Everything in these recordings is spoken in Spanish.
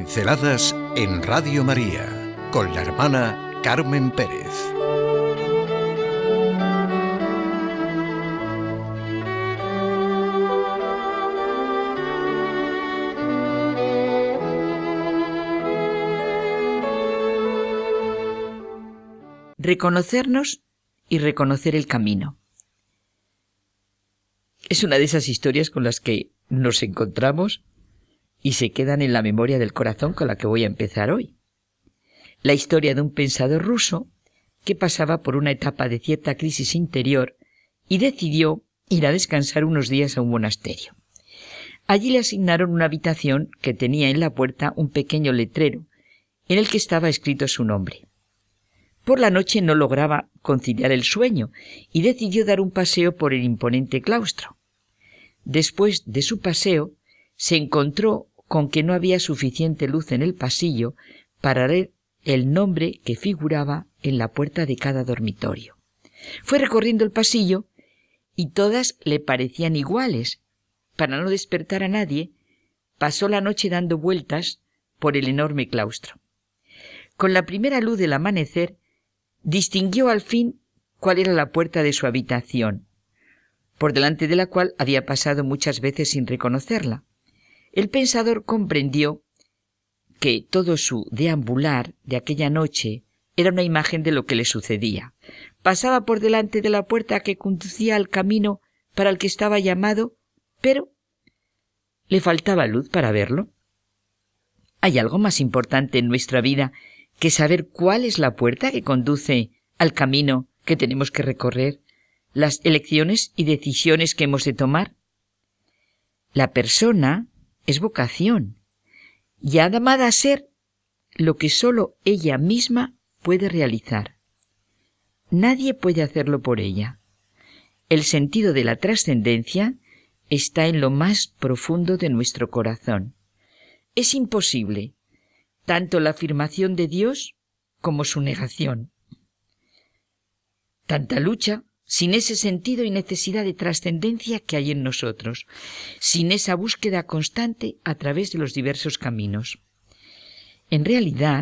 Pinceladas en Radio María con la hermana Carmen Pérez. Reconocernos y reconocer el camino. Es una de esas historias con las que nos encontramos y se quedan en la memoria del corazón con la que voy a empezar hoy. La historia de un pensador ruso que pasaba por una etapa de cierta crisis interior y decidió ir a descansar unos días a un monasterio. Allí le asignaron una habitación que tenía en la puerta un pequeño letrero en el que estaba escrito su nombre. Por la noche no lograba conciliar el sueño y decidió dar un paseo por el imponente claustro. Después de su paseo, se encontró con que no había suficiente luz en el pasillo para leer el nombre que figuraba en la puerta de cada dormitorio. Fue recorriendo el pasillo y todas le parecían iguales. Para no despertar a nadie, pasó la noche dando vueltas por el enorme claustro. Con la primera luz del amanecer, distinguió al fin cuál era la puerta de su habitación, por delante de la cual había pasado muchas veces sin reconocerla. El pensador comprendió que todo su deambular de aquella noche era una imagen de lo que le sucedía. Pasaba por delante de la puerta que conducía al camino para el que estaba llamado, pero le faltaba luz para verlo. ¿Hay algo más importante en nuestra vida que saber cuál es la puerta que conduce al camino que tenemos que recorrer, las elecciones y decisiones que hemos de tomar? La persona es vocación, llamada a ser lo que sólo ella misma puede realizar. Nadie puede hacerlo por ella. El sentido de la trascendencia está en lo más profundo de nuestro corazón. Es imposible tanto la afirmación de Dios como su negación. Tanta lucha sin ese sentido y necesidad de trascendencia que hay en nosotros, sin esa búsqueda constante a través de los diversos caminos. En realidad,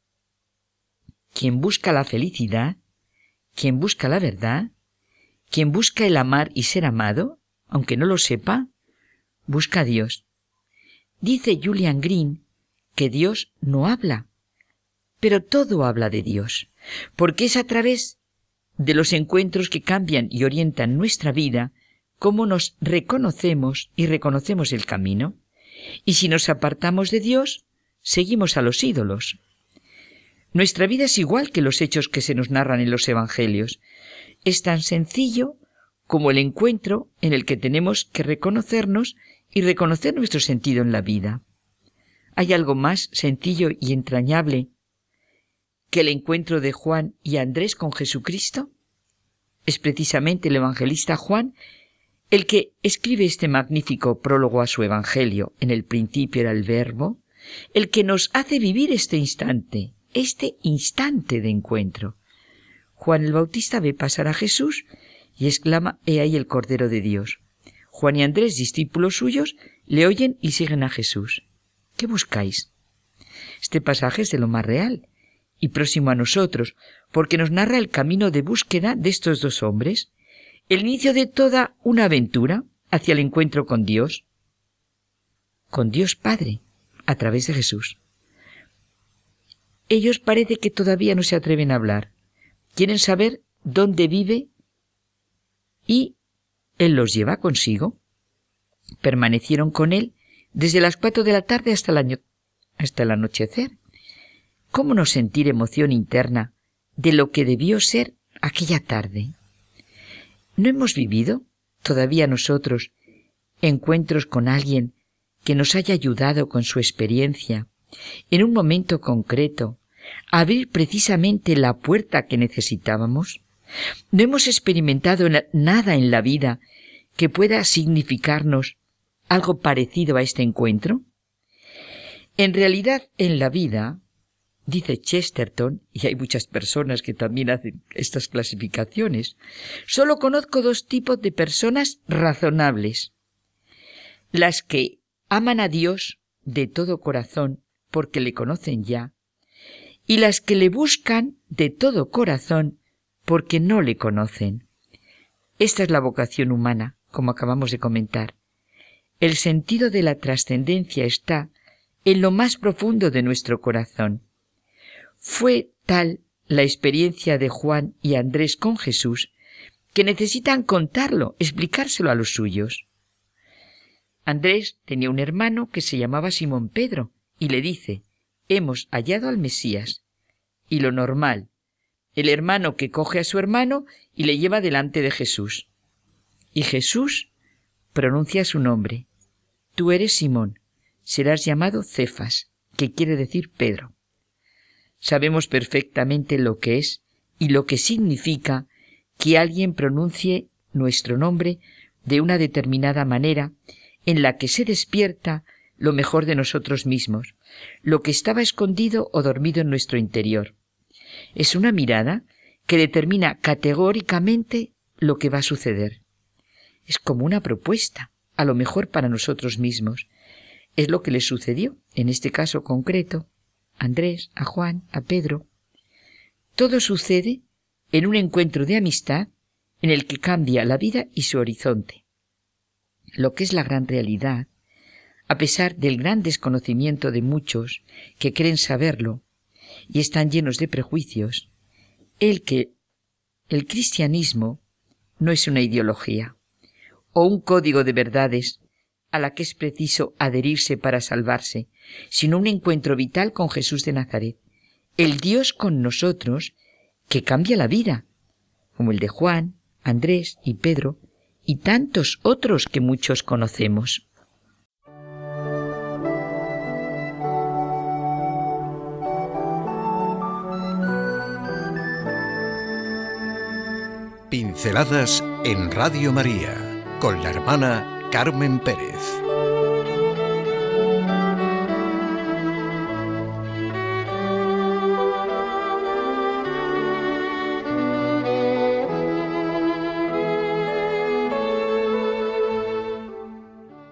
quien busca la felicidad, quien busca la verdad, quien busca el amar y ser amado, aunque no lo sepa, busca a Dios. Dice Julian Green que Dios no habla, pero todo habla de Dios, porque es a través de los encuentros que cambian y orientan nuestra vida cómo nos reconocemos y reconocemos el camino. Y si nos apartamos de Dios, seguimos a los ídolos. Nuestra vida es igual que los hechos que se nos narran en los evangelios. Es tan sencillo como el encuentro en el que tenemos que reconocernos y reconocer nuestro sentido en la vida. ¿Hay algo más sencillo y entrañable que el encuentro de Juan y Andrés con Jesucristo? Es precisamente el evangelista Juan el que escribe este magnífico prólogo a su evangelio. En el principio era el Verbo, el que nos hace vivir este instante de encuentro. Juan el Bautista ve pasar a Jesús y exclama: «He ahí el Cordero de Dios». Juan y Andrés, discípulos suyos, le oyen y siguen a Jesús. ¿Qué buscáis? Este pasaje es de lo más real y próximo a nosotros, porque nos narra el camino de búsqueda de estos dos hombres, el inicio de toda una aventura hacia el encuentro con Dios Padre, a través de Jesús. Ellos parece que todavía no se atreven a hablar, quieren saber dónde vive y Él los lleva consigo. Permanecieron con Él desde las 4 de la tarde hasta el anochecer. ¿Cómo no sentir emoción interna de lo que debió ser aquella tarde? ¿No hemos vivido todavía nosotros encuentros con alguien que nos haya ayudado con su experiencia, en un momento concreto, a abrir precisamente la puerta que necesitábamos? ¿No hemos experimentado nada en la vida que pueda significarnos algo parecido a este encuentro? En realidad, en la vida, dice Chesterton, y hay muchas personas que también hacen estas clasificaciones, solo conozco 2 tipos de personas razonables: las que aman a Dios de todo corazón porque le conocen ya, y las que le buscan de todo corazón porque no le conocen. Esta es la vocación humana, como acabamos de comentar. El sentido de la trascendencia está en lo más profundo de nuestro corazón. Fue tal la experiencia de Juan y Andrés con Jesús que necesitan contarlo, explicárselo a los suyos. Andrés tenía un hermano que se llamaba Simón Pedro y le dice: hemos hallado al Mesías. Y lo normal, el hermano que coge a su hermano y le lleva delante de Jesús. Y Jesús pronuncia su nombre: tú eres Simón, serás llamado Cefas, que quiere decir Pedro. Sabemos perfectamente lo que es y lo que significa que alguien pronuncie nuestro nombre de una determinada manera en la que se despierta lo mejor de nosotros mismos, lo que estaba escondido o dormido en nuestro interior. Es una mirada que determina categóricamente lo que va a suceder. Es como una propuesta, a lo mejor para nosotros mismos. Es lo que les sucedió, en este caso concreto, a Andrés, a Juan, a Pedro. Todo sucede en un encuentro de amistad en el que cambia la vida y su horizonte. Lo que es la gran realidad, a pesar del gran desconocimiento de muchos que creen saberlo y están llenos de prejuicios, que el cristianismo no es una ideología o un código de verdades a la que es preciso adherirse para salvarse, sino un encuentro vital con Jesús de Nazaret, el Dios con nosotros que cambia la vida, como el de Juan, Andrés y Pedro y tantos otros que muchos conocemos. Pinceladas en Radio María con la hermana Carmen Pérez.